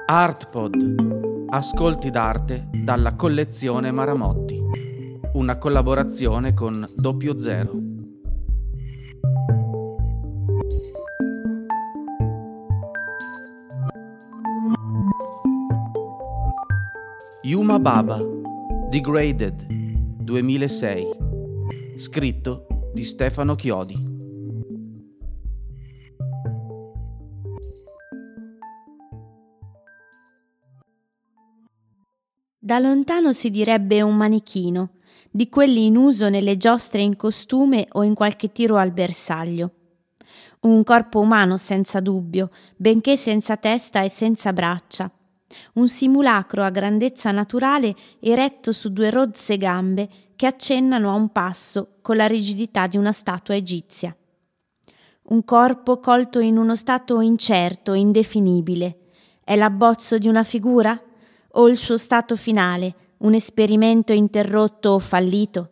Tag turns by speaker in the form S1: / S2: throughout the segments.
S1: Artpod, ascolti d'arte dalla collezione Maramotti, una collaborazione con 00. Yuma Baba, Degraded, 2006, scritto di Stefano Chiodi.
S2: Da lontano si direbbe un manichino, di quelli in uso nelle giostre in costume o in qualche tiro al bersaglio. Un corpo umano senza dubbio, benché senza testa e senza braccia. Un simulacro a grandezza naturale eretto su due rozze gambe che accennano a un passo con la rigidità di una statua egizia. Un corpo colto in uno stato incerto, indefinibile. È l'abbozzo di una figura? O il suo stato finale, un esperimento interrotto o fallito?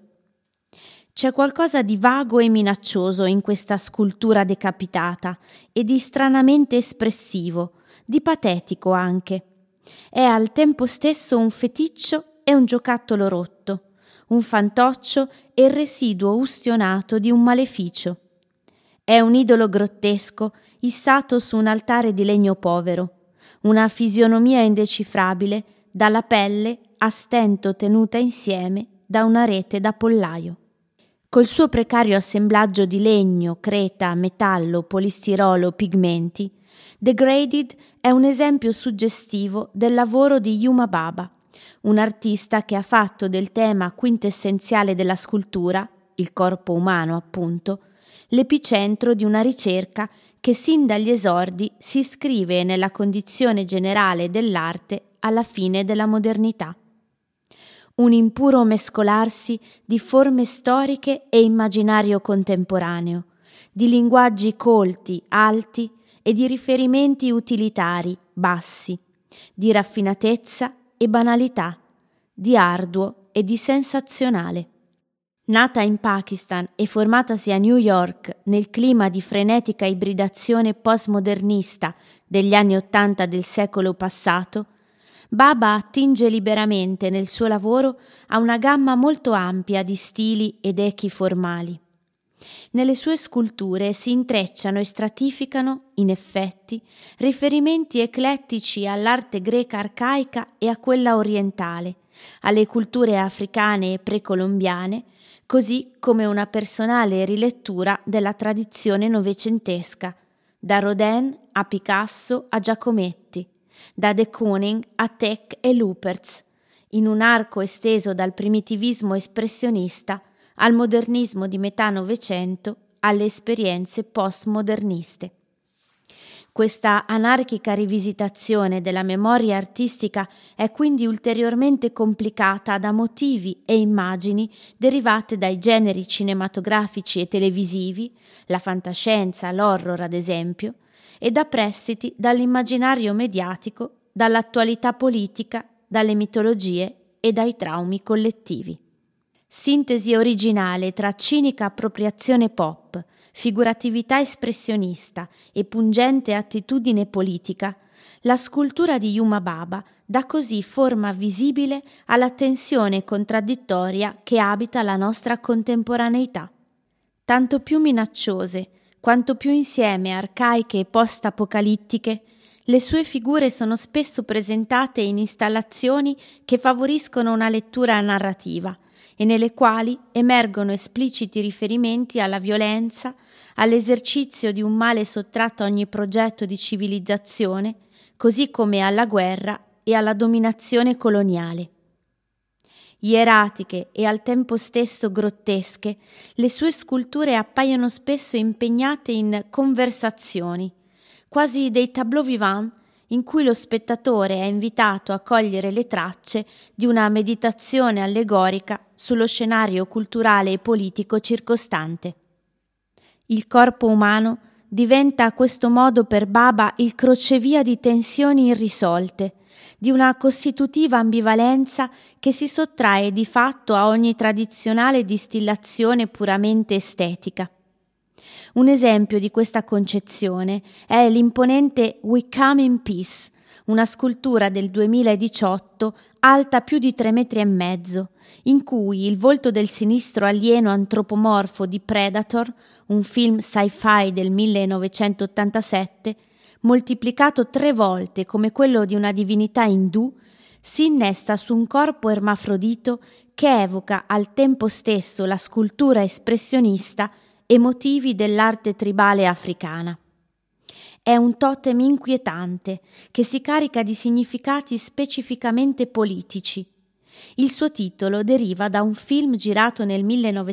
S2: C'è qualcosa di vago e minaccioso in questa scultura decapitata e di stranamente espressivo, di patetico anche. È al tempo stesso un feticcio e un giocattolo rotto, un fantoccio e il residuo ustionato di un maleficio. È un idolo grottesco issato su un altare di legno povero, una fisionomia indecifrabile dalla pelle a stento tenuta insieme da una rete da pollaio. Col suo precario assemblaggio di legno, creta, metallo, polistirolo, pigmenti, Degraded è un esempio suggestivo del lavoro di Yuma Baba, un artista che ha fatto del tema quintessenziale della scultura, il corpo umano appunto, l'epicentro di una ricerca che sin dagli esordi si iscrive nella condizione generale dell'arte alla fine della modernità. Un impuro mescolarsi di forme storiche e immaginario contemporaneo, di linguaggi colti, alti e di riferimenti utilitari, bassi, di raffinatezza e banalità, di arduo e di sensazionale. Nata in Pakistan e formatasi a New York nel clima di frenetica ibridazione postmodernista degli anni '80 del secolo passato, Baba attinge liberamente nel suo lavoro a una gamma molto ampia di stili ed echi formali. Nelle sue sculture si intrecciano e stratificano, in effetti, riferimenti eclettici all'arte greca arcaica e a quella orientale, alle culture africane e precolombiane, così come una personale rilettura della tradizione novecentesca, da Rodin a Picasso a Giacometti, da de Kooning a Tech e Lüpertz, in un arco esteso dal primitivismo espressionista al modernismo di metà Novecento, alle esperienze postmoderniste. Questa anarchica rivisitazione della memoria artistica è quindi ulteriormente complicata da motivi e immagini derivate dai generi cinematografici e televisivi, la fantascienza, l'horror ad esempio, e da prestiti dall'immaginario mediatico, dall'attualità politica, dalle mitologie e dai traumi collettivi. Sintesi originale tra cinica appropriazione pop, figuratività espressionista e pungente attitudine politica, la scultura di Yuma Baba dà così forma visibile alla tensione contraddittoria che abita la nostra contemporaneità. Tanto più minacciose, quanto più insieme arcaiche e post-apocalittiche, le sue figure sono spesso presentate in installazioni che favoriscono una lettura narrativa e nelle quali emergono espliciti riferimenti alla violenza, all'esercizio di un male sottratto a ogni progetto di civilizzazione, così come alla guerra e alla dominazione coloniale. Ieratiche e al tempo stesso grottesche, le sue sculture appaiono spesso impegnate in conversazioni, quasi dei tableau vivant in cui lo spettatore è invitato a cogliere le tracce di una meditazione allegorica sullo scenario culturale e politico circostante. Il corpo umano diventa a questo modo per Baba il crocevia di tensioni irrisolte, di una costitutiva ambivalenza che si sottrae di fatto a ogni tradizionale distillazione puramente estetica. Un esempio di questa concezione è l'imponente We Come in Peace, una scultura del 2018 alta più di 3,5 metri, in cui il volto del sinistro alieno antropomorfo di Predator, un film sci-fi del 1987, moltiplicato 3 volte come quello di una divinità indù, si innesta su un corpo ermafrodito che evoca al tempo stesso la scultura espressionista e motivi dell'arte tribale africana. È un totem inquietante che si carica di significati specificamente politici. Il suo titolo deriva da un film girato nel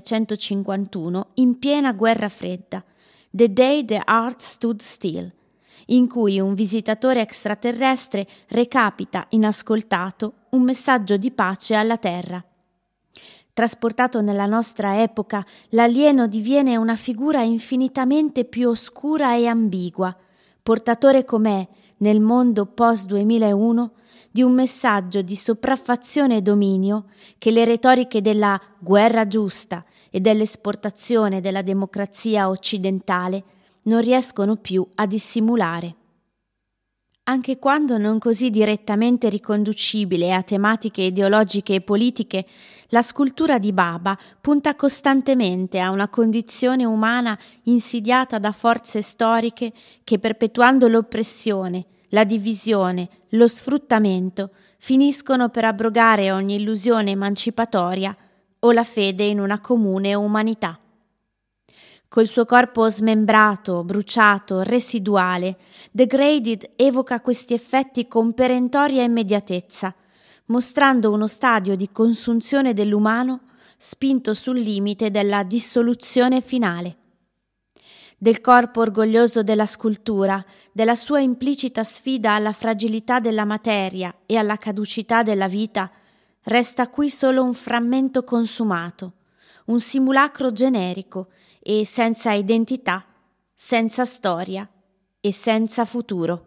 S2: 1951 in piena guerra fredda, The Day the Earth Stood Still, in cui un visitatore extraterrestre recapita inascoltato un messaggio di pace alla Terra. Trasportato nella nostra epoca, l'alieno diviene una figura infinitamente più oscura e ambigua, portatore com'è, nel mondo post-2001, di un messaggio di sopraffazione e dominio che le retoriche della guerra giusta e dell'esportazione della democrazia occidentale non riescono più a dissimulare. Anche quando non così direttamente riconducibile a tematiche ideologiche e politiche, la scultura di Baba punta costantemente a una condizione umana insidiata da forze storiche che, perpetuando l'oppressione, la divisione, lo sfruttamento, finiscono per abrogare ogni illusione emancipatoria o la fede in una comune umanità. Col suo corpo smembrato, bruciato, residuale, Degraded evoca questi effetti con perentoria immediatezza, mostrando uno stadio di consunzione dell'umano spinto sul limite della dissoluzione finale. Del corpo orgoglioso della scultura, della sua implicita sfida alla fragilità della materia e alla caducità della vita, resta qui solo un frammento consumato, un simulacro generico e senza identità, senza storia e senza futuro.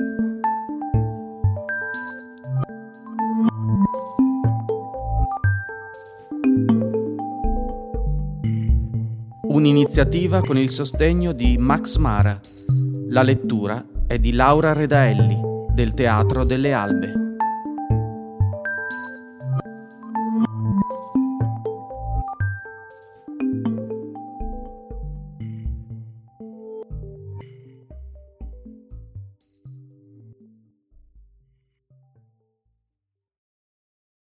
S1: Un'iniziativa con il sostegno di Max Mara. La lettura è di Laura Redaelli, del Teatro delle Albe.